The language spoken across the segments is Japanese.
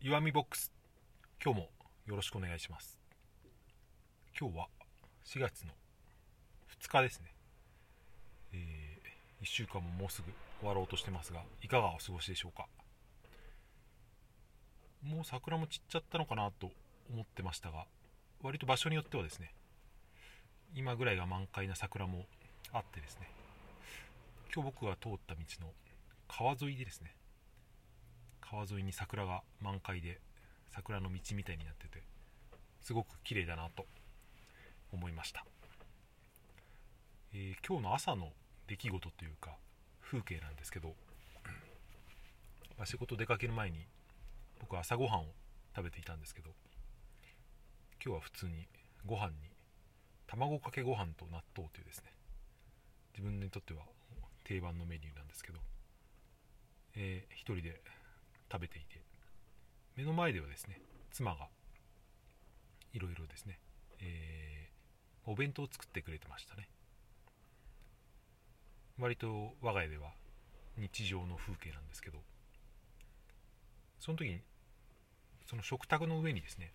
弱みボックス、今日もよろしくお願いします。今日は4月の2日ですね。1週間ももうすぐ終わろうとしてますが、いかがお過ごしでしょうか。もう桜も散っちゃったのかなと思ってましたが、割と場所によってはですね、今ぐらいが満開な桜もあってですね、今日僕が通った道の川沿いでですね、川沿いに桜が満開で、桜の道みたいになってて、すごく綺麗だなと思いました。今日の朝の出来事というか風景なんですけど、仕事出かける前に僕は朝ごはんを食べていたんですけど、今日は普通にご飯に卵かけご飯と納豆というですね、自分にとっては定番のメニューなんですけど、一人で食べていて、目の前ではですね、妻がいろいろですね、お弁当を作ってくれてましたね。割と我が家では日常の風景なんですけど、その時にその食卓の上にですね、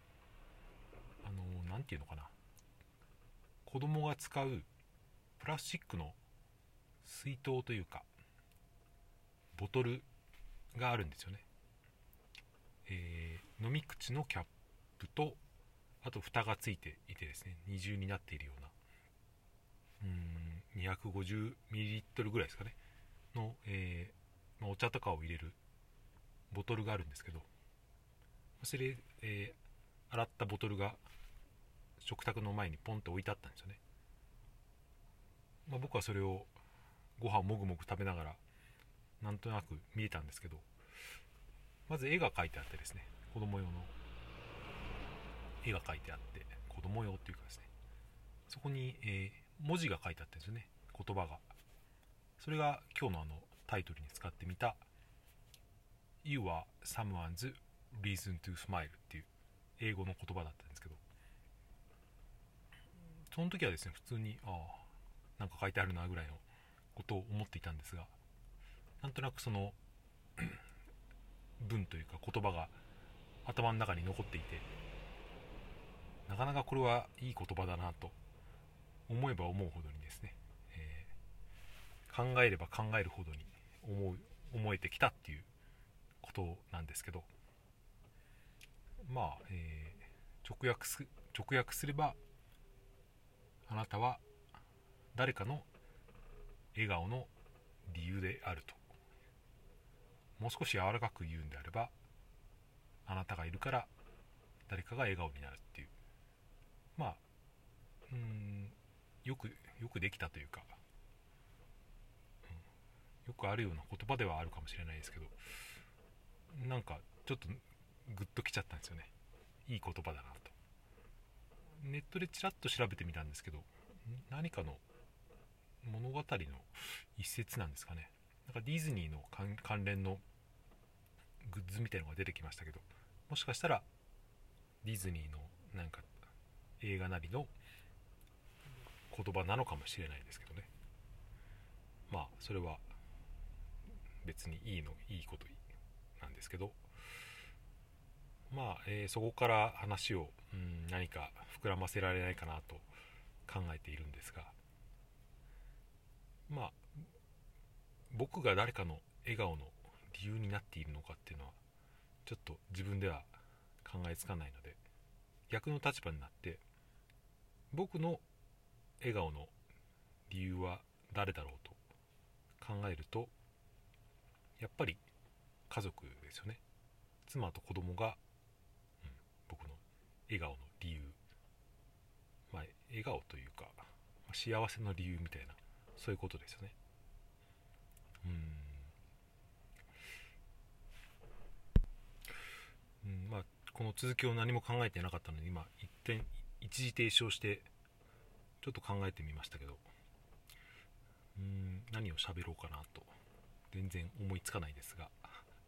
なんていうのかな、子供が使うプラスチックの水筒というかボトルがあるんですよね。飲み口のキャップと、あと蓋がついていてですね、二重になっているような、250ml ぐらいですかねの、お茶とかを入れるボトルがあるんですけど、それで、洗ったボトルが食卓の前にポンと置いてあったんですよね。僕はそれをご飯をもぐもぐ食べながらなんとなく見えたんですけど、まず絵が描いてあってですね、子供用の絵が描いてあって、子供用っていうかですね、そこに、文字が書いてあったんですよね、言葉が。それが今日のタイトルに使ってみた You are someone's reason to smile っていう英語の言葉だったんですけど、その時はですね、普通になんか書いてあるなぐらいのことを思っていたんですが、なんとなくその文というか言葉が頭の中に残っていて、なかなかこれはいい言葉だなと思えば思うほどにですね、考えれば考えるほどに思えてきたっていうことなんですけど、直訳すれば、あなたは誰かの笑顔の理由であると。もう少し柔らかく言うんであれば、あなたがいるから誰かが笑顔になるっていう、よくできたというか、よくあるような言葉ではあるかもしれないですけど、なんかちょっとグッときちゃったんですよね。いい言葉だなと。ネットでちらっと調べてみたんですけど、何かの物語の一節なんですかね。なんかディズニーの関連のグッズみたいのが出てきましたけど、もしかしたらディズニーのなんか映画なりの言葉なのかもしれないですけどね。それは別にいいことなんですけど、そこから話を何か膨らませられないかなと考えているんですが、僕が誰かの笑顔の理由になっているのかっていうのはちょっと自分では考えつかないので、逆の立場になって僕の笑顔の理由は誰だろうと考えると、やっぱり家族ですよね。妻と子供が、僕の笑顔の理由、笑顔というか幸せの理由みたいな、そういうことですよね。この続きを何も考えてなかったので、今一時停止をしてちょっと考えてみましたけど、何を喋ろうかなと全然思いつかないですが、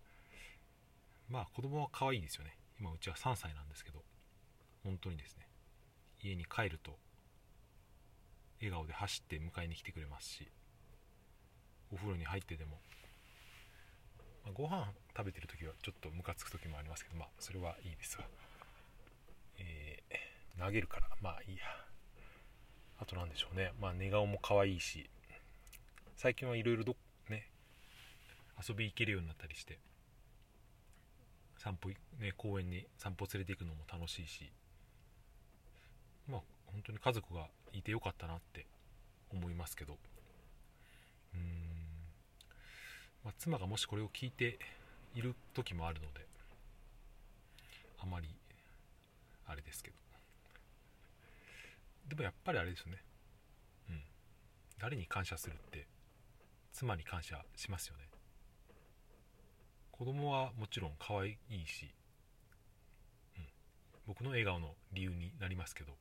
子供は可愛いですよね。今うちは3歳なんですけど、本当にですね、家に帰ると笑顔で走って迎えに来てくれますし、お風呂に入ってでも、ご飯食べてる時はちょっとムカつく時もありますけど、 投げるからまあいいや。あとなんでしょうね、まあ寝顔も可愛いし、最近はいろいろね遊び行けるようになったりして、散歩ね、公園に散歩連れて行くのも楽しいし、まあ本当に家族がいてよかったなって思いますけど、まあ、妻がもしこれを聞いている時もあるのであまりあれですけど、でもやっぱりあれですよね、誰に感謝するって妻に感謝しますよね。子供はもちろん可愛いし、僕の笑顔の理由になりますけど、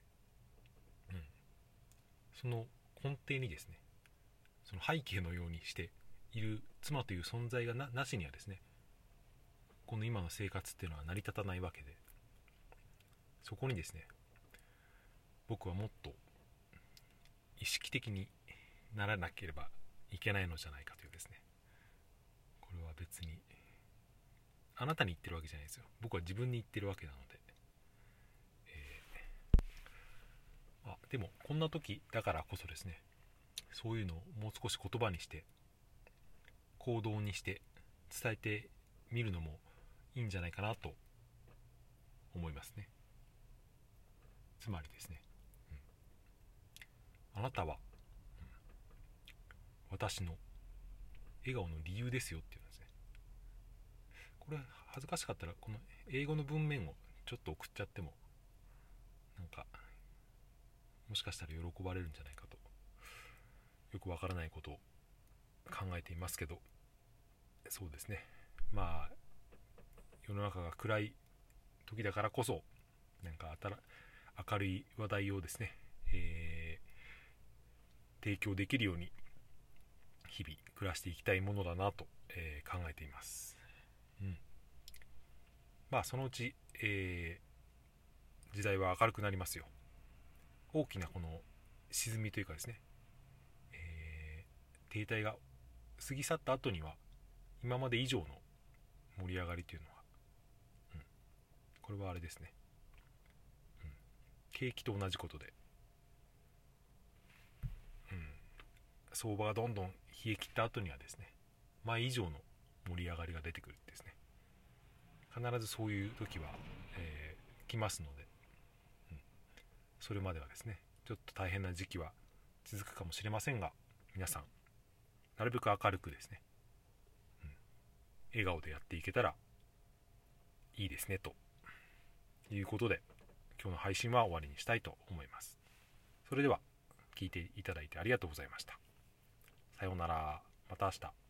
その根底にですね、その背景のようにしている妻という存在が なしにはですね、この今の生活っていうのは成り立たないわけで、そこにですね、僕はもっと意識的にならなければいけないのじゃないかというですね、これは別にあなたに言ってるわけじゃないですよ、僕は自分に言ってるわけなので、でもこんな時だからこそですね、そういうのをもう少し言葉にして行動にして伝えてみるのもいいんじゃないかなと思いますね。つまりですね、あなたは、私の笑顔の理由ですよっていうんですね。これ恥ずかしかったらこの英語の文面をちょっと送っちゃっても、なんかもしかしたら喜ばれるんじゃないかと、よくわからないことを考えていますけど、そうですね、まあ世の中が暗い時だからこそ、なんか明るい話題をですね、提供できるように日々暮らしていきたいものだなと、考えています。まあそのうち、時代は明るくなりますよ。大きなこの沈みというかですね、停滞が過ぎ去った後には今まで以上の盛り上がりというのは、これはあれですね、景気と同じことで、相場がどんどん冷え切った後にはですね、前以上の盛り上がりが出てくるんですね。必ずそういう時は、来ますので、それまではですね、ちょっと大変な時期は続くかもしれませんが、皆さんなるべく明るくですね、笑顔でやっていけたらいいですねということで、今日の配信は終わりにしたいと思います。それでは聞いていただいてありがとうございました。さようなら。また明日。